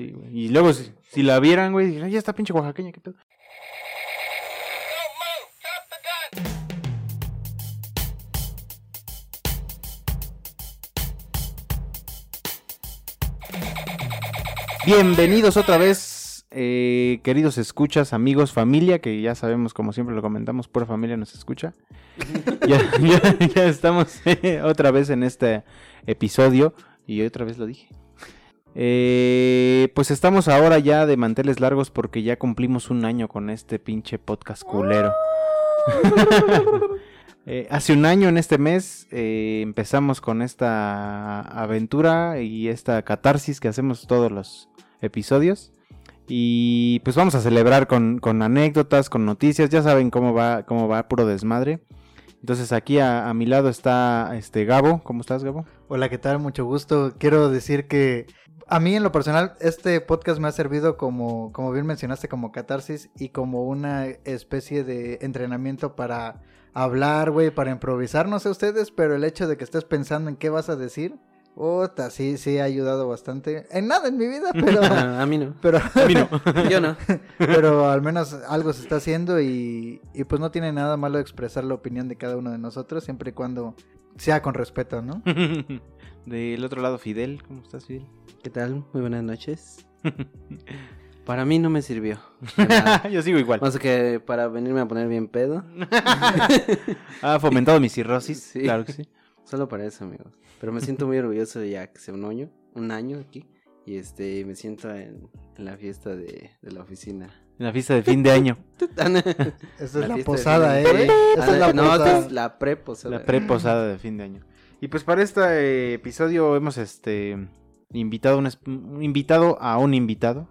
Sí, güey. Y luego, si la vieran, güey, dirían, ya está pinche oaxaqueña, qué pedo. Bienvenidos otra vez, queridos escuchas, amigos, familia, que ya sabemos, como siempre lo comentamos, pura familia nos escucha. Ya estamos otra vez en este episodio, y otra vez lo dije. Pues estamos ahora ya de manteles largos porque ya cumplimos un año con este pinche podcast culero. Hace un año en este mes empezamos con esta aventura y esta catarsis que hacemos todos los episodios. Y pues vamos a celebrar con anécdotas, con noticias. Ya saben cómo va puro desmadre. Entonces aquí a mi lado está Gabo. ¿Cómo estás, Gabo? Hola, ¿qué tal? Mucho gusto. Quiero decir que a mí en lo personal este podcast me ha servido como bien mencionaste, como catarsis y como una especie de entrenamiento para hablar, güey, para improvisar, no sé ustedes, pero el hecho de que estés pensando en qué vas a decir, sí ha ayudado bastante. En nada en mi vida, pero a mí no. Pero a mí no. Yo no. Pero al menos algo se está haciendo y pues no tiene nada malo expresar la opinión de cada uno de nosotros, siempre y cuando sea con respeto, ¿no? Del otro lado, Fidel. ¿Cómo estás, Fidel? ¿Qué tal? Muy buenas noches. Para mí no me sirvió. Yo sigo igual. Más que para venirme a poner bien pedo. Ha fomentado mi cirrosis. Sí. Claro que sí. Solo para eso, amigos. Pero me siento muy orgulloso de ya que sea un año aquí. Y me siento en la fiesta de la oficina. En la fiesta de fin de año. Esa es la fiesta posada, de fin de- Esa es la no, posada. esta es la pre-posada. La pre-posada de fin de año. Y pues para este episodio hemos invitado un invitado a un invitado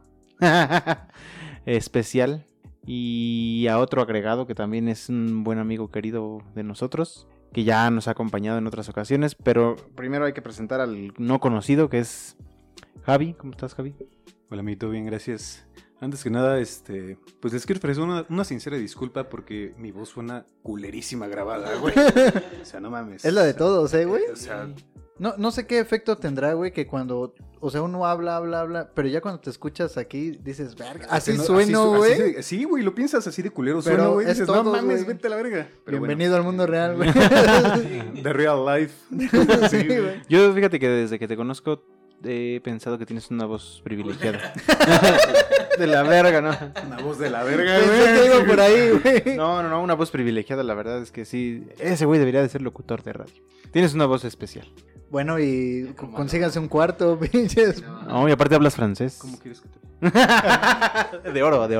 especial y a otro agregado que también es un buen amigo querido de nosotros, que ya nos ha acompañado en otras ocasiones, pero primero hay que presentar al no conocido, que es Javi. ¿Cómo estás, Javi? Hola, amiguito, bien, gracias. Antes que nada, pues les quiero ofrecer una sincera disculpa porque mi voz suena culerísima grabada, güey. O sea, no mames. Es la de todos, güey. O sea, No sé qué efecto tendrá, güey, que cuando, o sea, uno habla, pero ya cuando te escuchas aquí dices, verga, así no- sueno, así güey. sí, güey, lo piensas así de culero Pero sueno, güey. es Dices, todo, no mames, güey. vete a la verga. Pero Bienvenido al mundo real, güey. bueno, the real life. Sí, güey. Yo fíjate que desde que te conozco he pensado que tienes una voz privilegiada. De la verga, ¿no? Una voz de la verga, Pensé que iba güey. por ahí, güey. No, una voz privilegiada, la verdad es que sí. Ese güey debería de ser locutor de radio. Tienes una voz especial. Bueno, y consíganse un cuarto, pinches. No, y aparte hablas francés. ¿Cómo quieres que te...? De oro.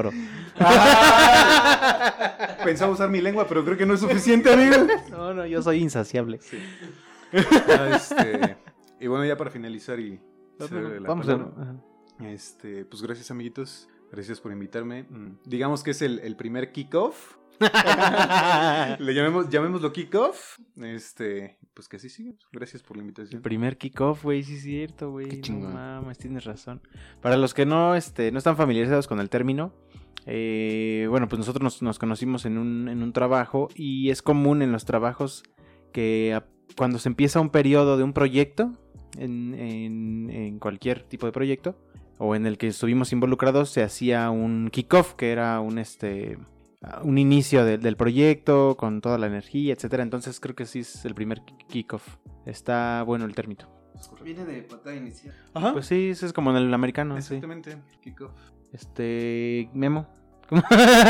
Pensaba usar mi lengua, pero creo que no es suficiente, amigo. No, yo soy insaciable. Y bueno, ya para finalizar y... Vamos palabra, a... pues gracias, amiguitos. Gracias por invitarme. Digamos que es el primer kickoff. Llamémoslo kickoff. Pues que así sigue. Gracias por la invitación. El primer kickoff, güey, sí es cierto, güey. Qué chingón. No mames, tienes razón. Para los que no están familiarizados con el término, bueno, pues nosotros nos conocimos en un trabajo y es común en los trabajos que cuando se empieza un periodo de un proyecto, en cualquier tipo de proyecto, o en el que estuvimos involucrados, se hacía un kickoff, que era un inicio del proyecto con toda la energía, etcétera. Entonces creo que sí es el primer kickoff. Está bueno el término. Viene de patada inicial. Ajá. Pues sí, eso es como en el americano. Sí. Exactamente. Kickoff. Memo. ¿Cómo?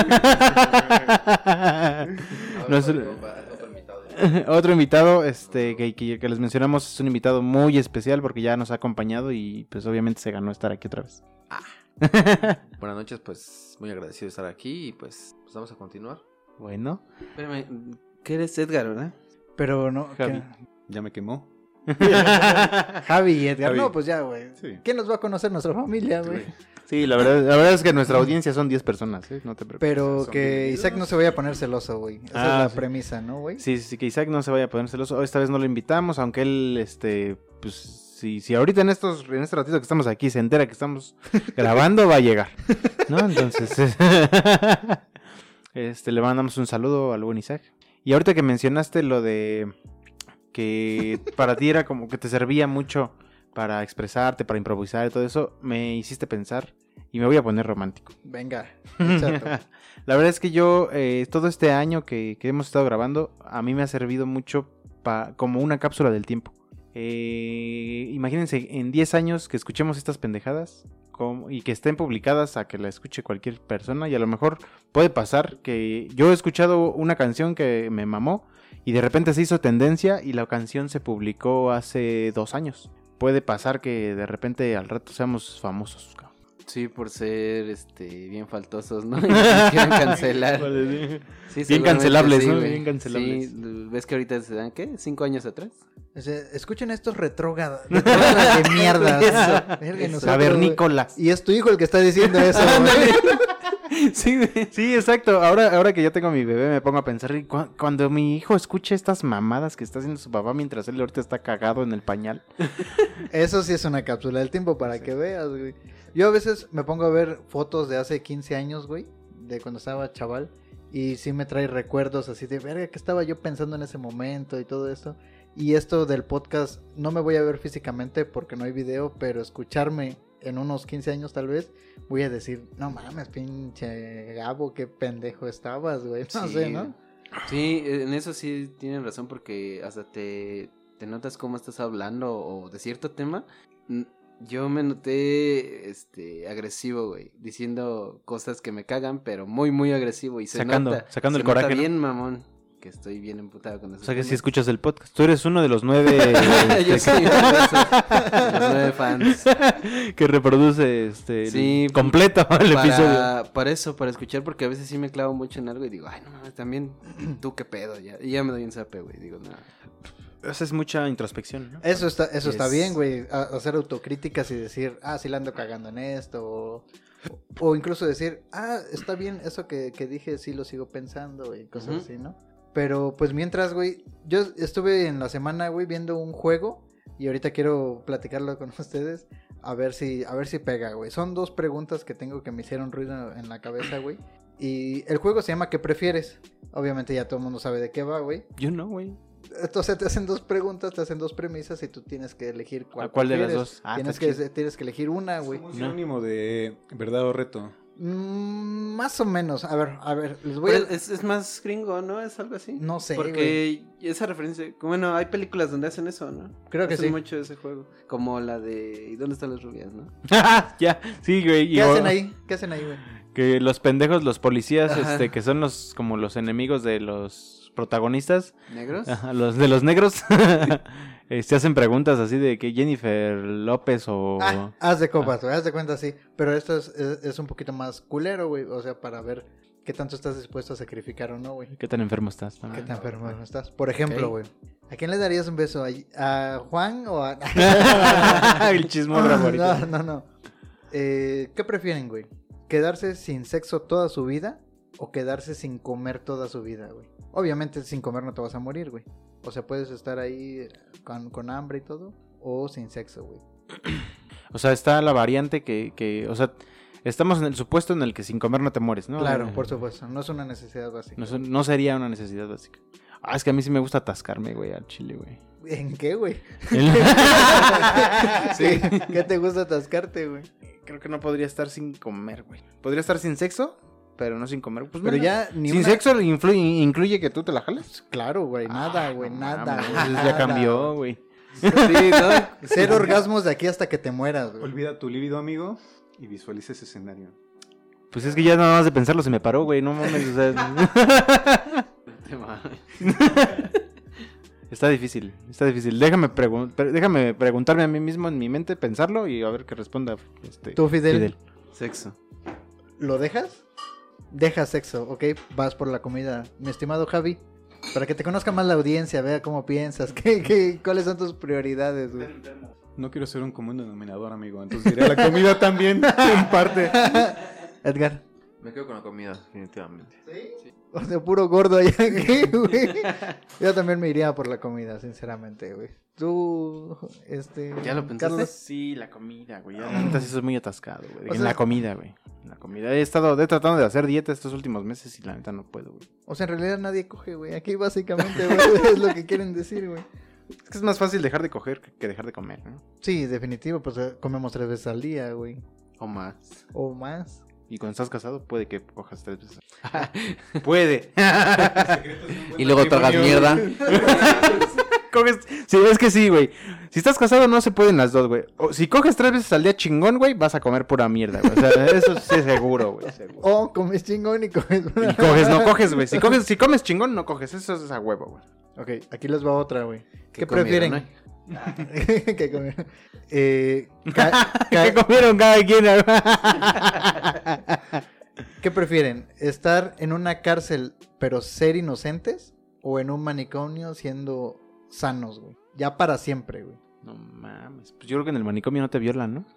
Otro invitado, que les mencionamos, es un invitado muy especial porque ya nos ha acompañado y pues obviamente se ganó estar aquí otra vez. Buenas noches, pues muy agradecido de estar aquí y pues vamos a continuar. Bueno. Espérame, ¿qué eres Edgar, verdad? Pero no, Javi. Ya me quemó. Javi y Edgar. Javi. No, pues ya, güey. Sí. ¿Quién nos va a conocer? Nuestra familia, güey. Sí, la verdad es que nuestra audiencia son 10 personas, ¿eh? No te preocupes. Pero Son que bienvenidos. Isaac no se vaya a poner celoso, güey. Esa es la Sí. premisa, ¿no, güey? Sí, que Isaac no se vaya a poner celoso. Esta vez no lo invitamos, aunque él, pues, si ahorita en este ratito que estamos aquí se entera que estamos grabando, va a llegar, ¿no? Entonces, le mandamos un saludo al buen Isaac. Y ahorita que mencionaste lo de que para ti era como que te servía mucho para expresarte, para improvisar y todo eso, me hiciste pensar y me voy a poner romántico. Venga, exacto. La verdad es que yo, todo este año que hemos estado grabando, a mí me ha servido mucho como una cápsula del tiempo. Imagínense, en 10 años que escuchemos estas pendejadas y que estén publicadas a que la escuche cualquier persona, y a lo mejor puede pasar que yo he escuchado una canción que me mamó y de repente se hizo tendencia y la canción se publicó hace 2 años. Puede pasar que de repente al rato seamos famosos, cabrón. Sí, por ser bien faltosos, ¿no? Y nos quieran cancelar. Sí, Bien cancelables, ¿no? güey. Bien cancelables. Sí, ¿ves que ahorita se dan, qué? ¿5 años atrás? Escuchen estos retrógradas de mierda. Eso. Cavernícolas. Y es tu hijo el que está diciendo eso, güey. Sí, güey. Sí, exacto. Ahora que yo tengo a mi bebé me pongo a pensar, cuando mi hijo escuche estas mamadas que está haciendo su papá mientras él ahorita está cagado en el pañal. Eso sí es una cápsula del tiempo para que veas, güey. Yo a veces me pongo a ver fotos de hace 15 años, güey, de cuando estaba chaval, y sí me trae recuerdos así de, verga, ¿qué estaba yo pensando en ese momento y todo esto? Y esto del podcast, no me voy a ver físicamente porque no hay video, pero escucharme en unos 15 años tal vez, voy a decir, no mames, pinche Gabo, qué pendejo estabas, güey. No sé, ¿no? Sí, en eso sí tienen razón porque hasta te notas cómo estás hablando o de cierto tema. Yo me noté agresivo, güey, diciendo cosas que me cagan, pero muy, muy agresivo. Y Sacando el se nota coraje, ¿no? bien, mamón, que estoy bien emputado con eso. O sea que si escuchas el podcast, tú eres uno de los 9 Yo soy uno de los 9 fans. que reproduce Sí, completo el episodio. Para eso, para escuchar, porque a veces sí me clavo mucho en algo y digo, ay, no mames, también tú qué pedo, ya. Y ya me doy un zape, güey, digo, nada. Esa es mucha introspección, ¿no? Eso está bien, güey, hacer autocríticas y decir, sí la ando cagando en esto, o incluso decir, está bien eso que dije, sí lo sigo pensando, y cosas así, ¿no? Pero pues mientras, güey, yo estuve en la semana, güey, viendo un juego y ahorita quiero platicarlo con ustedes, a ver si pega, güey. Son 2 preguntas que tengo que me hicieron ruido en la cabeza, güey. Y el juego se llama ¿Qué prefieres? Obviamente ya todo el mundo sabe de qué va, güey. Yo no, güey. Entonces te hacen 2 preguntas, te hacen 2 premisas y tú tienes que elegir cuál de las dos? Tienes que elegir una, güey. Es un sinónimo de verdad o reto. Más o menos. A ver, les voy a... Es más gringo, ¿no? Es algo así. No sé, porque esa referencia, bueno, hay películas donde hacen eso, ¿no? Creo que hacen sí. mucho ese juego. Como la de ¿Y dónde están las rubias, no? Ya, sí, güey. ¿Qué hacen ahí? ¿Qué hacen ahí, güey? Que los pendejos, los policías, Ajá. que son como los enemigos de los protagonistas, ¿Negros? ajá, los de los negros, se hacen preguntas así de que Jennifer López o... Haz de copas, güey, haz de cuenta así. Pero esto es un poquito más culero, güey. O sea, para ver qué tanto estás dispuesto a sacrificar o no, güey. ¿Qué tan enfermo estás? ¿Qué tan enfermo estás? Por ejemplo, Ok. güey. ¿A quién le darías un beso? ¿A Juan o a...? El chismón favorito. No. ¿Qué prefieren, güey? ¿Quedarse sin sexo toda su vida o quedarse sin comer toda su vida, güey? Obviamente sin comer no te vas a morir, güey. O sea, puedes estar ahí con hambre y todo, o sin sexo, güey. O sea, está la variante o sea, estamos en el supuesto en el que sin comer no te mueres, ¿no? Claro, por supuesto. No es una necesidad básica. No sería una necesidad básica. Es que a mí sí me gusta atascarme, güey, al chile, güey. ¿En qué, güey? Sí. ¿Qué te gusta atascarte, güey? Creo que no podría estar sin comer, güey. Podría estar sin sexo, pero no sin comer. Pues Pero bueno, ya ni sin una... sexo incluye que tú te la jales. Claro, güey, nada, güey, No nada. mames, güey, ya nada, cambió, güey. güey. Sí, ¿no? 0 orgasmos de aquí hasta que te mueras, güey. Olvida tu líbido, amigo, y visualiza ese escenario. Pues es que ya nada más de pensarlo se me paró, güey. No mames, o sea... Te mames. Está difícil. Déjame preguntarme a mí mismo en mi mente, pensarlo y a ver qué responda ¿Tú, Fidel? Sexo. ¿Lo dejas? Dejas sexo, ok, vas por la comida. Mi estimado Javi, para que te conozca más la audiencia, vea cómo piensas, cuáles son tus prioridades, güey. No quiero ser un común denominador, amigo, entonces diré la comida también, en parte. Edgar. Me quedo con la comida, definitivamente. ¿Sí? O sea, puro gordo allá aquí, güey. Yo también me iría por la comida, sinceramente, güey. Tú, ¿Ya lo pensaste? Carlos. Sí, la comida, güey. La neta sí soy muy atascado, güey. O En sea- la comida, güey. En la comida. He tratado de hacer dieta estos últimos meses y la neta no puedo, güey. O sea, en realidad nadie coge, güey. Aquí básicamente, güey, es lo que quieren decir, güey. Es que es más fácil dejar de coger que dejar de comer, ¿no? Sí, definitivo, pues comemos 3 veces al día, güey. O más. O más. Y cuando estás casado, puede que cojas 3 veces. Puede. Y luego tragas mierda. Coges... Sí, es que sí, güey. Si estás casado, no se pueden las dos, güey. O si coges 3 veces al día chingón, güey, vas a comer pura mierda, güey. O sea, eso sí es seguro, güey. Seguro. O comes chingón y comes... Y coges, no coges, güey. Si comes chingón, no coges. Eso es a huevo, güey. Ok, aquí les va otra, güey. ¿Qué comieron, prefieren? ¿Qué comieron? ¿Qué comieron cada quien? ¿Qué prefieren? ¿Estar en una cárcel pero ser inocentes? ¿O en un manicomio siendo sanos, güey? Ya para siempre, güey. No mames. Pues yo creo que en el manicomio no te violan, ¿no?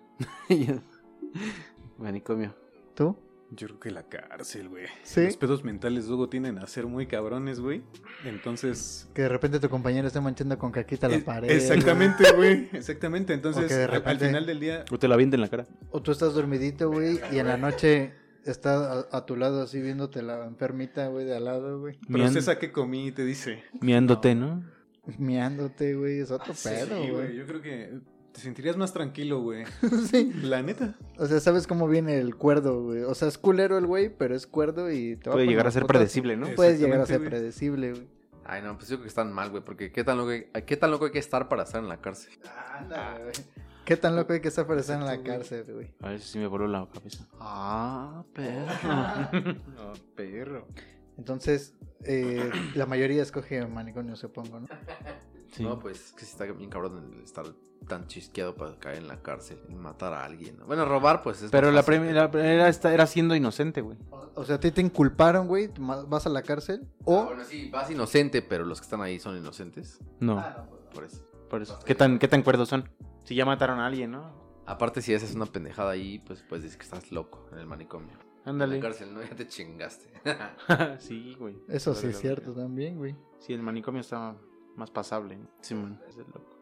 Manicomio. ¿Tú? Yo creo que la cárcel, güey. ¿Sí? Los pedos mentales luego tienden a ser muy cabrones, güey. Entonces... Que de repente tu compañero esté manchando con caquita la pared. Exactamente, güey. Exactamente. Entonces, O que de al repente- final del día... O te la avienten en la cara. O tú estás dormidito, güey, y en la noche está a tu lado así viéndote la enfermita, güey, de al lado, güey. Procesa que comí y te dice... Miándote, ¿no? Miándote, güey, es otro pedo, Sí, güey. Yo creo que te sentirías más tranquilo, güey. Sí. La neta. O sea, sabes cómo viene el cuerdo, güey. O sea, es culero el güey, pero es cuerdo y te va Puede poner llegar a los ser putazos. predecible, ¿no? Puedes llegar a ser Exactamente, güey. predecible, güey. Ay, no, pues yo creo que están mal, güey. Porque ¿qué tan loco hay que estar para estar en la cárcel? Ándale, güey. ¿Qué tan loco hay que estar para estar en la cárcel, güey? A ver si me voló la cabeza. Ah, perro. No, perro. Entonces, la mayoría escoge manicomio, supongo, ¿no? Sí. No, pues que sí está bien cabrón el estar tan chisqueado para caer en la cárcel y matar a alguien, ¿no? Bueno, robar, pues es Pero más la fácil, primera era siendo inocente, güey. O sea, a ti te inculparon, güey, vas a la cárcel. pero- O... Ah, bueno, sí, vas inocente, pero los que están ahí son inocentes. No, Por eso. por eso. ¿Qué tan cuerdos son? Si ya mataron a alguien, ¿no? Aparte, si haces una pendejada ahí, pues dices que estás loco en el manicomio. Ándale. En la cárcel, ¿no? Ya te chingaste. Sí, güey. Eso sí Vale, es la cierto verga. también, güey. Sí, el manicomio está más pasable. Sí, man. Es de loco.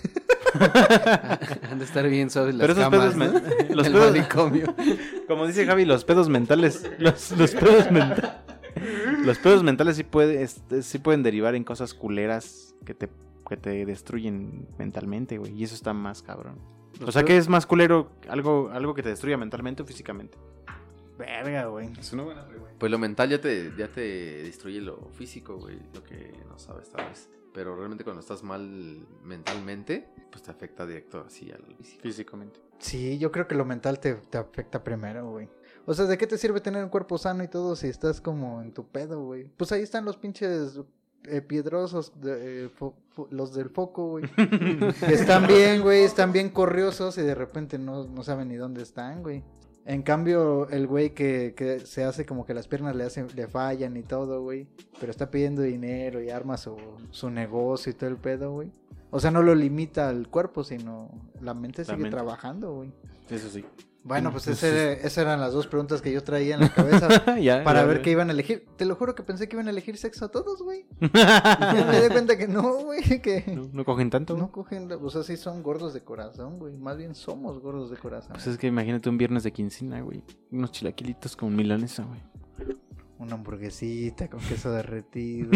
Han de estar bien suaves las Pero esos camas, pedos, ¿no? los El pedos, manicomio. como dice Javi, los pedos mentales, los pedos mentales, los pedos mentales sí pueden derivar en cosas culeras que te destruyen mentalmente, güey, y eso está más cabrón. O sea, ¿qué es más culero? ¿Algo que te destruya mentalmente o físicamente? Verga, güey. Es una buena pregunta. Pues lo mental ya te destruye lo físico, güey. Lo que no sabes, tal vez. Pero realmente cuando estás mal mentalmente, pues te afecta directo así al físico. Físicamente. Sí, yo creo que lo mental te afecta primero, güey. O sea, ¿de qué te sirve tener un cuerpo sano y todo si estás como en tu pedo, güey? Pues ahí están los pinches piedrosos, los del foco, güey. Que están bien, güey, están bien corriosos y de repente no saben ni dónde están, güey. En cambio, el güey que se hace como que las piernas le fallan y todo, güey. Pero está pidiendo dinero y arma su negocio y todo el pedo, güey. O sea, no lo limita al cuerpo, sino la mente sigue mente. trabajando, güey. Eso sí. Bueno, pues esas eran las dos preguntas que yo traía en la cabeza Ya, para ya, ver ya. qué iban a elegir. Te lo juro que pensé que iban a elegir sexo a todos, güey. Ya me di cuenta que no, güey, que ¿No cogen tanto? no cogen, o sea, sí son gordos de corazón, güey. Más bien somos gordos de corazón. Pues es que imagínate un viernes de quincena, güey. Unos chilaquilitos con milanesa, güey. Una hamburguesita con queso derretido.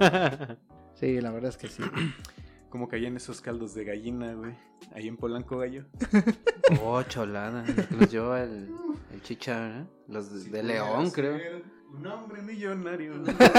Sí, la verdad es que sí. Como caían esos caldos de gallina, güey. Ahí en Polanco, gallo. Oh, cholada. Los lleva el chicha, ¿eh? Los de León, creo. Un hombre millonario.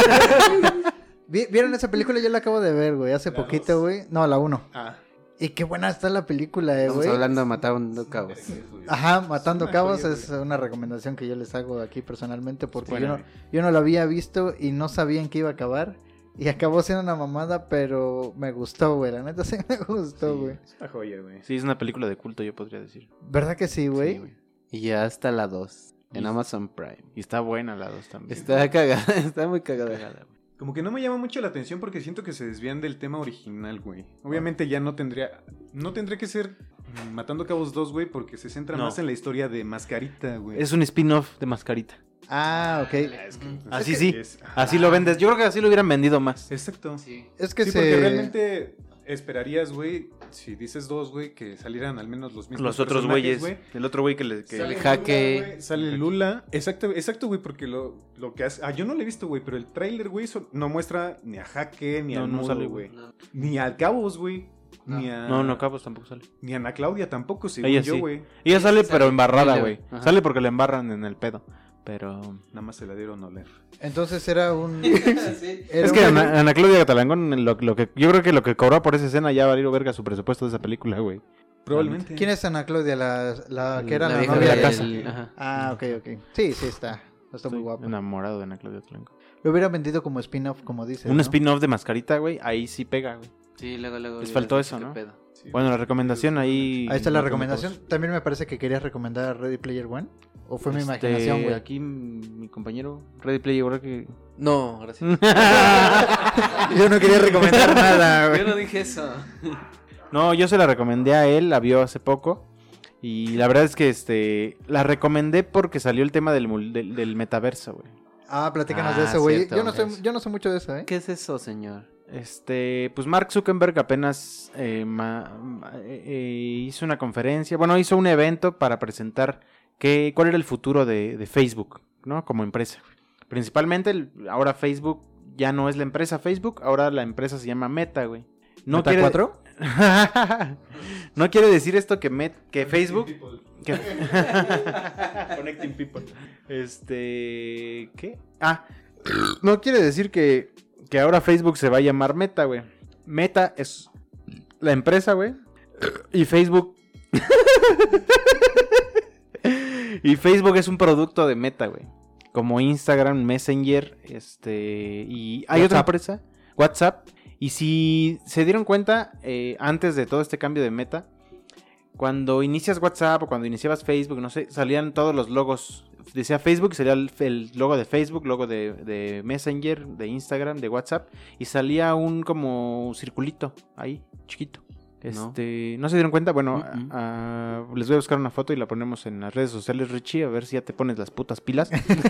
¿Vieron esa película? Yo la acabo de ver, güey, hace La poquito, dos. güey. No, la 1. Ah. Y qué buena está la película, Estamos güey. hablando de Matando Cabos. Ajá, Matando Es una Cabos joya, es una recomendación que yo les hago aquí personalmente porque Buena, yo no la había visto y no sabía en qué iba a acabar. Y acabó siendo una mamada, pero me gustó, güey. La neta sí me gustó, güey. Es una joya, güey. Sí, es una película de culto, yo podría decir. ¿Verdad que sí, güey? Sí, Y ya hasta la 2 en Y- Amazon Prime. Y está buena la 2 también. Está cagada, está muy cagada. Como que no me llama mucho la atención porque siento que se desvían del tema original, güey. Obviamente ya no tendría que ser Matando Cabos 2, güey, porque se centra No. más en la historia de Mascarita, güey. Es un spin-off de Mascarita. Ah, ok. Es que- Así es sí. que es- Así lo vendes. Yo creo que así lo hubieran vendido más. Exacto. Sí. Es que Sí, porque realmente esperarías, güey, si dices 2, güey, que salieran al menos los mismos Los otros personajes, güeyes. El otro güey que le... Sale Lula, Jaque. güey, sale Lula. Exacto, güey, porque lo que hace... yo no lo he visto, güey, pero el tráiler, güey, no muestra ni a Jaque, ni No, al no Mudo, sale, güey. No. Ni al Cabos, güey. No. Ni a... No, Cabos tampoco sale. Ni a Ana Claudia tampoco, según Ella yo, sí. güey. Ella sale, Sí, pero sale. embarrada, Ella, güey. ajá. Sale porque le embarran en el pedo. Pero... Nada más se la dieron a oler. Entonces era un... Sí. era Es que un- Ana Claudia Catalangón, lo que, yo creo que lo que cobró por esa escena ya valió verga su presupuesto de esa película, güey. Probablemente. ¿Quién es Ana Claudia? La que era la, vieja novia de la la casa. del- ajá. Ah, ok. Sí, está. Está Estoy muy guapo. enamorado de Ana Claudia Catalangón. Lo hubieran vendido como spin-off, como dices, Un ¿no? spin-off de Mascarita, güey, ahí sí pega, güey. Sí, luego. Les hubieras faltó dicho, eso, ¿qué ¿no? pedo? Sí. Bueno, la recomendación ahí... Ahí está la no recomendación. tengo También me parece que querías recomendar Ready Player One. ¿O fue mi todos. imaginación, güey? Aquí mi compañero Ready Player One que... No, gracias. Yo no quería recomendar nada, Yo güey. no dije eso. No, yo se la recomendé a él, la vio hace poco. Y la verdad es que la recomendé porque salió el tema del metaverso, güey. Ah, platícanos Ah, de eso, güey. cierto, eso. Yo no sé mucho de eso, ¿eh? ¿Qué es eso, señor? Pues Mark Zuckerberg apenas hizo una conferencia, bueno, hizo un evento para presentar cuál era el futuro de Facebook, ¿no? Como empresa. Principalmente, ahora Facebook ya no es la empresa Facebook, ahora la empresa se llama Meta, güey. No ¿Meta quiere... 4? No quiere decir esto que Facebook... que- Connecting people. ¿Qué? No quiere decir que ahora Facebook se va a llamar Meta, güey. Meta es la empresa, güey. Y Facebook... y Facebook es un producto de Meta, güey. Como Instagram, Messenger, y hay otra WhatsApp. empresa, WhatsApp. Y si se dieron cuenta, antes de todo este cambio de Meta, cuando inicias WhatsApp o cuando iniciabas Facebook, no sé, salían todos los logos. Decía Facebook y salía el logo de Facebook, logo de Messenger, de Instagram, de WhatsApp. Y salía un como circulito ahí, chiquito. ¿No se dieron cuenta? Bueno, les voy a buscar una foto y la ponemos en las redes sociales, Richie, a ver si ya te pones las putas pilas.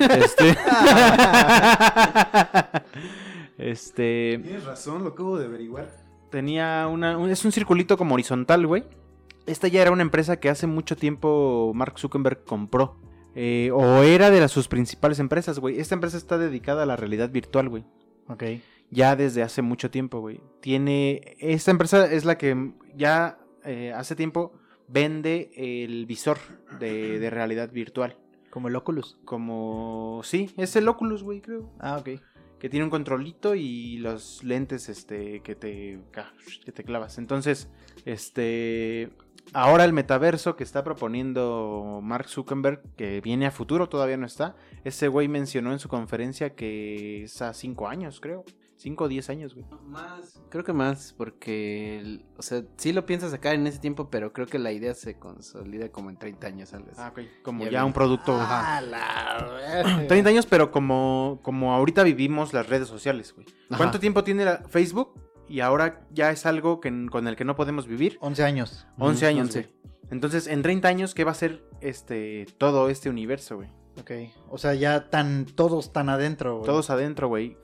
Tienes razón, lo acabo de averiguar. Tenía es un circulito como horizontal, güey. Esta ya era una empresa que hace mucho tiempo Mark Zuckerberg compró. O era de sus principales empresas, güey. Esta empresa está dedicada a la realidad virtual, güey. Ok. Ya desde hace mucho tiempo, güey. Esta empresa es la que ya hace tiempo vende el visor de realidad virtual. Como el Oculus. Sí, es el Oculus, güey, creo. Ah, ok. Que tiene un controlito y los lentes que te clavas. Entonces, ahora el metaverso que está proponiendo Mark Zuckerberg, que viene a futuro, todavía no está. Ese güey mencionó en su conferencia que es a 5 años, creo. 5 o 10 años, güey. Más, creo que más, porque, o sea, sí lo piensas sacar en ese tiempo, pero creo que la idea se consolida como en 30 años, algo así. Ok. Como Ya ya vi. un producto. Ah, la verga. 30 años, pero como ahorita vivimos las redes sociales, güey. Ajá. ¿Cuánto tiempo tiene Facebook? Y ahora ya es algo con el que no podemos vivir. 11 años. 11 años, 11. güey. Entonces, en 30 años, ¿qué va a ser todo este universo, güey? Ok. O sea, ya todos tan adentro, güey. Todos adentro, güey.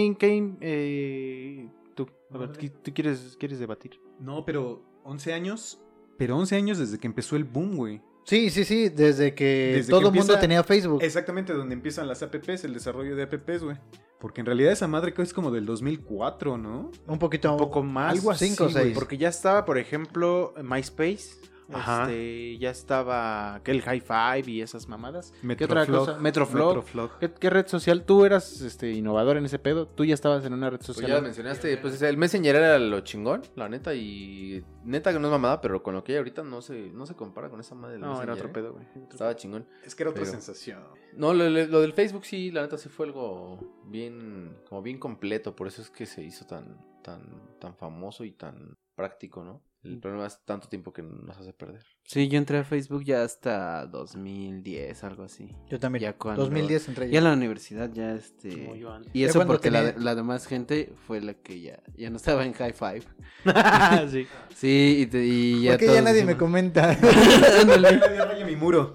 Tú, a ver, ¿tú quieres debatir? No, pero 11 años. Pero 11 años desde que empezó el boom, güey. Sí. Desde que Desde todo que el mundo empieza- tenía Facebook. Exactamente donde empiezan las apps, el desarrollo de apps, güey. Porque en realidad esa madre que es como del 2004, ¿no? Un poquito. Un poco más. Algo así, 5 o güey, 6. porque ya estaba, por ejemplo, MySpace. Ajá. Ya estaba el High Five y esas mamadas. ¿Qué otra Metroflog. cosa? Metroflog. ¿Qué red social? Tú eras innovador en ese pedo. Tú ya estabas en una red Pues social. ya mencionaste, pues el Messenger era lo chingón, la neta, y neta que no es mamada, pero con lo que hay ahorita no se compara con esa madre del No, era Messenger, otro pedo, güey. Estaba chingón. Es que era otra Pero- sensación. No, lo del Facebook sí, la neta sí fue algo bien completo, por eso es que se hizo tan famoso y tan práctico, ¿no? El problema es tanto tiempo que nos hace perder. Sí, yo entré a Facebook ya hasta 2010, algo así. Yo también. Ya cuando- 2010 entré Ya en la universidad ya Como yo antes. Y Ya eso cuando porque tenía- la demás gente fue la que ya no estaba en High Five. Sí. Sí, y ya ¿Por qué ya todos nadie me decimos- comenta? Ándale. Nadie raya mi muro.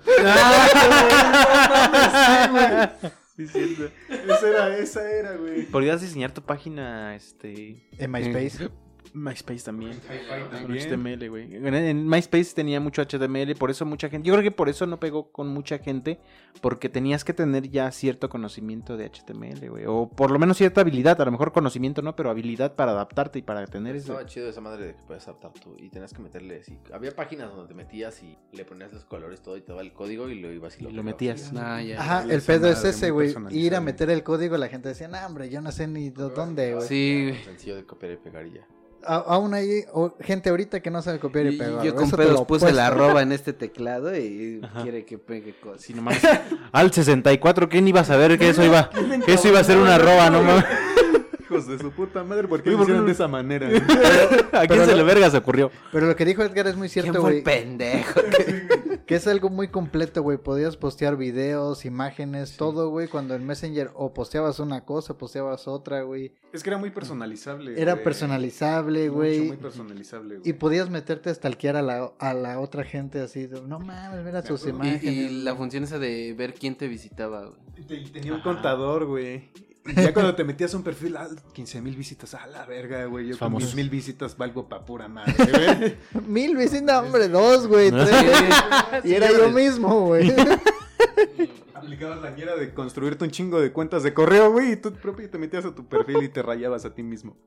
Sí, cierto. Esa era, güey. ¿Podrías diseñar tu página, En MySpace. MySpace también. Con también. HTML, güey. En MySpace tenía mucho HTML, por eso mucha gente... Yo creo que por eso no pegó con mucha gente, porque tenías que tener ya cierto conocimiento de HTML, güey. O por lo menos cierta habilidad, a lo mejor conocimiento no, pero habilidad para adaptarte y para tener eso. Estaba chido esa madre de que puedes adaptar tú y tenías que meterle así. Había páginas donde te metías y le ponías los colores todo y te daba el código y lo ibas y Y lo pegabas. metías. Ah, ya. Ajá, el Esa pedo es madre, ese, muy güey. personalizable. Ir a meter el código, la gente decía, nah, hombre, yo no sé ni dónde, güey. Sí, güey. Sencillo de copiar y pegar y ya. Aún hay gente ahorita que no sabe copiar y Y pegar. yo güey. con Eso te pedos lo puse la apuesto. arroba en este teclado y Ajá. quiere que pegue cosas. Sí, nomás. Al 64, ¿quién iba a saber que eso iba a ser una arroba, no mames? Hijos de su puta madre, ¿por qué Oye, lo ¿por qué hicieron no? de esa manera? ¿A quién se le verga se ocurrió? Pero lo que dijo Edgar es muy ¿Quién cierto, fue el güey. pendejo? Que es algo muy completo, güey. Podías postear videos, imágenes, todo, güey. Cuando en Messenger o posteabas una cosa, posteabas otra, güey. Es que era muy personalizable. Era güey. personalizable, Mucho, güey. muy personalizable, güey. Y podías meterte a stalkear a la otra gente así. No mames, mira sus acuerdo. imágenes. Y la función esa de ver quién te visitaba, güey. Y tenía un contador, güey. Y ya cuando te metías a un perfil, 15,000 visitas, a la verga, güey. Yo Famosos. con 10,000 visitas valgo pa' pura madre, güey. 1000 veces, no, hombre, 2, güey, 3. Y era yo mismo, güey. Aplicabas la ñera de construirte un chingo de cuentas de correo, güey, y tú propio te metías a tu perfil y te rayabas a ti mismo.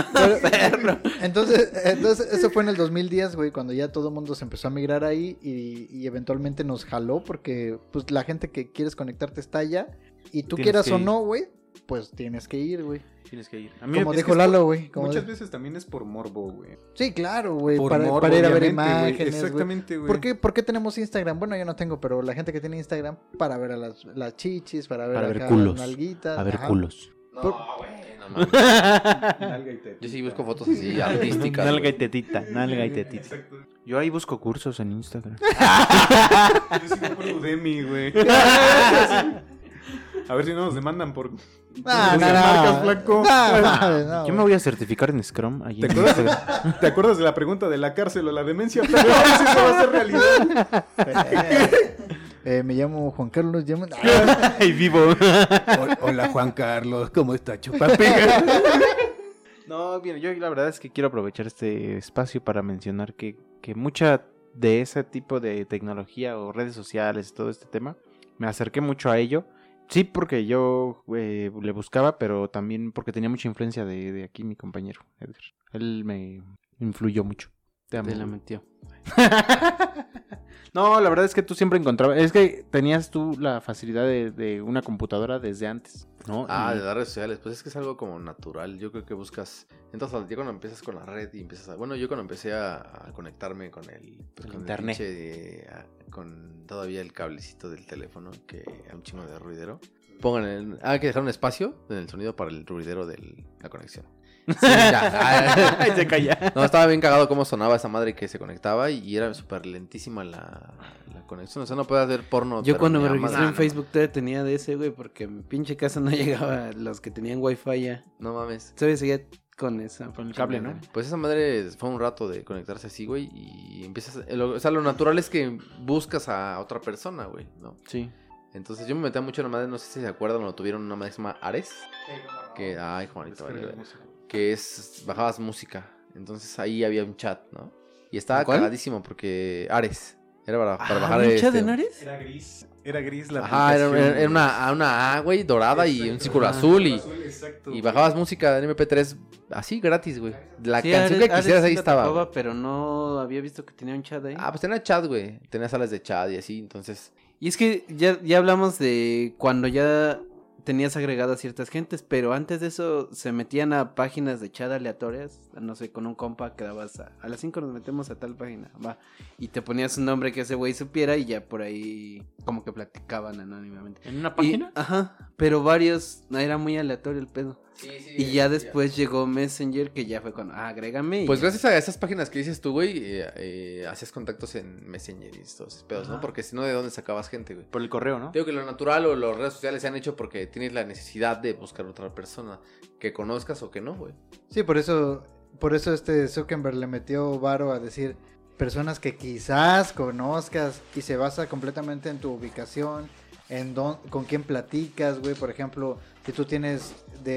Entonces, eso fue en el 2010, güey, cuando ya todo el mundo se empezó a migrar ahí y eventualmente nos jaló porque pues la gente que quieres conectarte está allá y tú Tienes quieras que o ir. no, güey, pues tienes que ir, güey. Tienes que ir. A Como es dijo que es Lalo, por- güey. como Muchas de- veces también es por morbo, güey. Sí, claro, güey, Por para morbo, ir a ver obviamente, güey. imágenes, güey. Exactamente, güey. ¿Por qué tenemos Instagram? Bueno, yo no tengo, pero la gente que tiene Instagram para ver a las chichis, para ver, Para ver acá culos. las nalguitas. A ver ajá. culos. No, Por- güey, no mames. Nalga y tetita. Yo sí busco fotos así artísticas. Nalga y güey. tetita, nalga y tetita. Exacto. Yo ahí busco cursos en Instagram. Yo sigo por Udemy, güey. A ver si no nos demandan por... Ah, Usa marcas, flaco. Yo me voy a certificar en Scrum allí ¿Te en acuerdas, Instagram. ¿Te acuerdas de la pregunta de la cárcel o la demencia? Pero a ver si eso va a ser realidad. Me llamo Juan Carlos. Ay, vivo. Hola, Juan Carlos. ¿Cómo está, No, bien, yo la verdad es que quiero aprovechar este espacio para mencionar que mucha de ese tipo de tecnología o redes sociales, todo este tema, me acerqué mucho a ello. Sí, porque yo le buscaba, pero también porque tenía mucha influencia de aquí mi compañero, Edgar. Él me influyó mucho. Te amo. Te la metió. No, la verdad es que tú siempre encontrabas... Es que tenías tú la facilidad de una computadora desde antes, ¿no? Ah, Y- de las redes sociales, pues es que es algo como natural. Yo creo que buscas. Entonces, ya cuando empiezas con la red y empiezas a. Bueno, yo cuando empecé a conectarme con el. Pues, El con internet. con todavía el cablecito del teléfono, que era un chingo de ruidero. Hay que dejar un espacio en el sonido para el ruidero de la conexión. Sí, ya. Ay, se calla. No, estaba bien cagado cómo sonaba esa madre que se conectaba y era súper lentísima la conexión. O sea, no podías ver porno. Yo pero cuando ni me a registré madre. en Facebook todavía tenía de ese, güey, porque en mi pinche casa no llegaba los que tenían wifi ya. No mames. Todavía seguía con esa. Con el cable, ¿no? Pues esa madre fue un rato de conectarse así, güey, y empiezas... O sea, lo natural es que buscas a otra persona, güey, ¿no? Sí. Entonces yo me metía mucho en la madre, no sé si se acuerdan, lo tuvieron una madre que se llama Ares. Que, ay, Juanito, vale, vale. Que es, bajabas música. Entonces ahí había un chat, ¿no? Y estaba ¿Cuál? cagadísimo porque Ares. Era para bajar ¿Había un chat este- en Ares? Era gris. Era gris la Ajá, era aplicación, una A, güey, dorada y un Exacto. círculo Ah. azul Exacto, y güey. bajabas música en MP3 así gratis, güey. La Sí, canción Ares- que quisieras Ares ahí sí la estaba. topaba, güey. pero no había visto que tenía un chat ahí. Ah, pues tenía chat, güey. Tenía salas de chat y así, entonces... Y es que ya hablamos de cuando ya tenías agregadas ciertas gentes, pero antes de eso se metían a páginas de chat aleatorias, no sé, con un compa quedabas a las 5 nos metemos a tal página, va, y te ponías un nombre que ese güey supiera y ya por ahí como que platicaban anónimamente. ¿En una Y- página? ajá, pero varios, era muy aleatorio el pedo. Y ya después llegó Messenger, que ya fue con, agrégame. y Pues ya. gracias a esas páginas que dices tú, güey, hacías todos en Messenger y todos esos pedos, ¿no? Porque si no, ¿de dónde sacabas gente, güey? Por el correo, ¿no? Digo que lo natural o las redes sociales se han hecho porque tienes la necesidad de buscar otra persona que conozcas o que no, güey. Sí, por eso este Zuckerberg le metió varo a decir personas que quizás conozcas y se basa completamente en tu ubicación, con quién platicas, güey. Por ejemplo, si tú tienes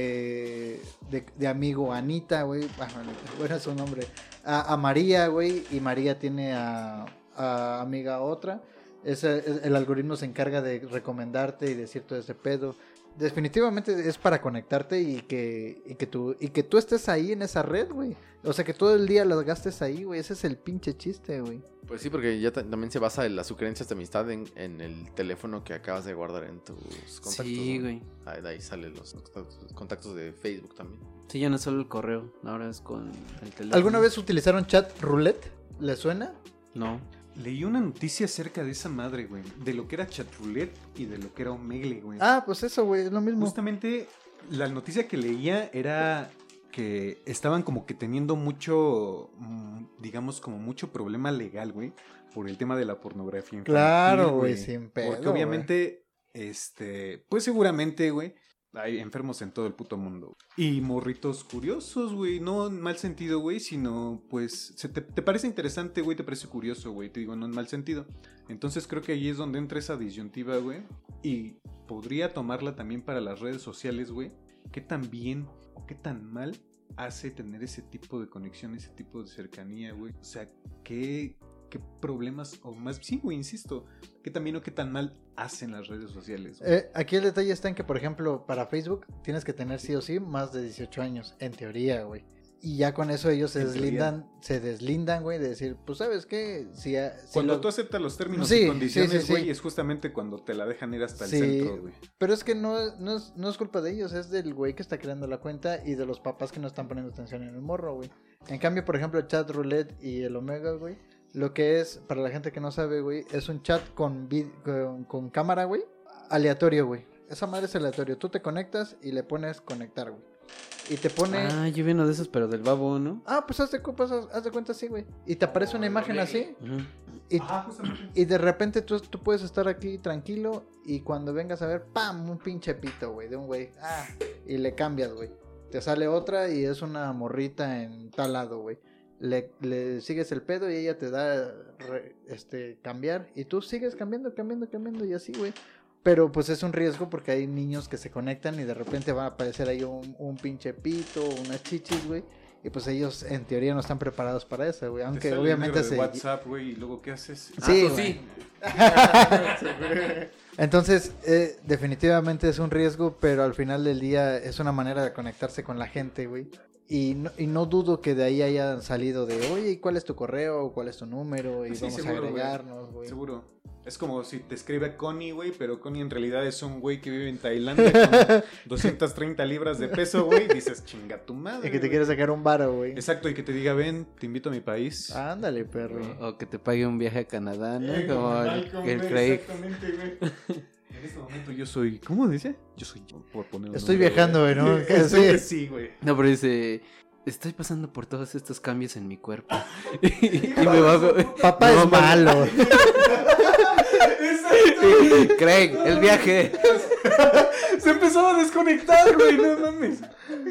de amigo a Anita, güey, bueno, es su nombre, a María, güey, y María tiene a amiga otra, el algoritmo se encarga de recomendarte y decir todo ese pedo. Definitivamente es para conectarte y que tú estés ahí en esa red, güey. O sea, que todo el día lo gastes ahí, güey. Ese es el pinche chiste, güey. Pues sí, porque ya también se basa en las sugerencias de amistad en el teléfono que acabas de guardar en tus contactos. Sí, ¿no? güey. De ahí salen los contactos de Facebook también. Sí, ya no es solo el correo, ahora es con el teléfono. ¿Alguna vez utilizaron chat roulette? ¿Le suena? No. Leí una noticia acerca de esa madre, güey. De lo que era chatroulette y de lo que era Omegle, güey. Ah, pues eso, güey, es lo mismo. Justamente la noticia que leía era que estaban como que teniendo mucho, digamos, como mucho problema legal, güey, por el tema de la pornografía infantil. Claro, güey, sin pedo. Porque obviamente, pues seguramente, güey, hay enfermos en todo el puto mundo. Y morritos curiosos, güey. No en mal sentido, güey, sino pues te parece interesante, güey, te parece curioso, güey. Te digo, no en mal sentido. Entonces creo que ahí es donde entra esa disyuntiva, güey. Y podría tomarla también para las redes sociales, güey. ¿Qué tan bien o qué tan mal hace tener ese tipo de conexión, ese tipo de cercanía, güey? O sea, ¿qué problemas, o más, sí, güey, insisto, qué tan bien o qué tan mal hacen las redes sociales, güey? Aquí el detalle está en que, por ejemplo, para Facebook tienes que tener sí o sí más de 18 años, en teoría, güey. Y ya con eso ellos se deslindan, güey, de decir, pues, ¿sabes qué? Cuando tú aceptas los términos Sí, y condiciones, sí. güey, es justamente cuando te la dejan ir hasta el Sí, centro, güey. pero es que no es culpa de ellos, es del güey que está creando la cuenta y de los papás que no están poniendo atención en el morro, güey. En cambio, por ejemplo, el chat roulette y el Omega, güey, lo que es, para la gente que no sabe, güey, es un chat con cámara, güey, aleatorio, güey. Esa madre es aleatorio. Tú te conectas y le pones conectar, güey. Y te pone... Ah, yo vi uno de esos, pero del babo, ¿no? Ah, pues haz de cuenta así, güey. Y te aparece una imagen así. Ujú. Y de repente tú puedes estar aquí tranquilo y cuando vengas a ver, ¡pam! Un pinche pito, güey, de un güey. Ah, y le cambias, güey. Te sale otra y es una morrita en tal lado, güey. Le sigues el pedo y ella te da cambiar y tú sigues cambiando y así, güey. Pero pues es un riesgo porque hay niños que se conectan y de repente va a aparecer ahí un pinche pito, unas chichis, güey. Y pues ellos en teoría no están preparados para eso, güey. Aunque Te sale obviamente el negro de WhatsApp, güey, y luego ¿qué haces? Sí, pues güey. sí. Entonces, definitivamente es un riesgo, pero al final del día es una manera de conectarse con la gente, güey. Y no dudo que de ahí hayan salido de, oye, ¿y cuál es tu correo? ¿Cuál es tu número? Y Sí, vamos seguro, a agregarnos, güey. Seguro. Es como si te escribe Connie, güey, pero Connie en realidad es un güey que vive en Tailandia con 230 libras de peso, güey. Y dices, chinga tu madre. Y que te güey. quiere sacar un varo, güey. Exacto, y que te diga, ven, te invito a mi país. Ándale, perro. O que te pague un viaje a Canadá, ¿no? Como Como el Malcolm, el güey, Craig. exactamente, güey. En este momento yo soy, ¿cómo dice? Yo soy yo, por poner un Estoy nombre, viajando, güey, ¿no? Sí, Sí. sí, güey. No, pero dice, estoy pasando por todos estos cambios en mi cuerpo. y me bajo. Papá No, es malo. Craig, el viaje. Se empezó a desconectar, güey, no mames.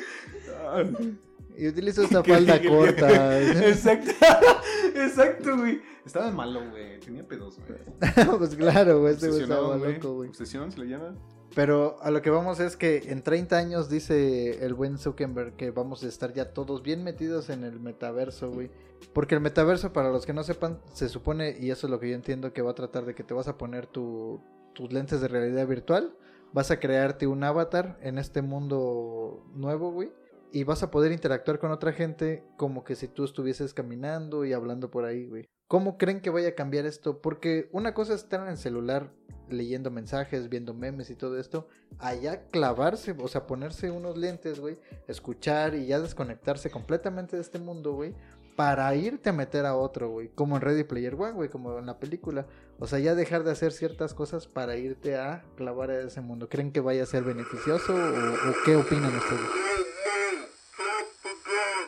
Y utilizo esta falda corta. Exacto, exacto, güey. Estaba malo, güey. Tenía pedos, güey. Pues claro, güey, este güey Obsesionado, estaba güey. loco, güey. Obsesión se le llama. Pero a lo que vamos es que en 30 años dice el buen Zuckerberg que vamos a estar ya todos bien metidos en el metaverso, güey. Porque el metaverso, para los que no sepan, se supone, y eso es lo que yo entiendo, que va a tratar de que te vas a poner tus lentes de realidad virtual, vas a crearte un avatar en este mundo nuevo, güey. Y vas a poder interactuar con otra gente como que si tú estuvieses caminando y hablando por ahí, güey. ¿Cómo creen que vaya a cambiar esto? Porque una cosa es estar en el celular leyendo mensajes, viendo memes y todo esto. Allá clavarse, o sea, ponerse unos lentes, güey. Escuchar y ya desconectarse completamente de este mundo, güey. Para irte a meter a otro, güey. Como en Ready Player One, güey. Como en la película. O sea, ya dejar de hacer ciertas cosas para irte a clavar a ese mundo. ¿Creen que vaya a ser beneficioso o qué opinan ustedes?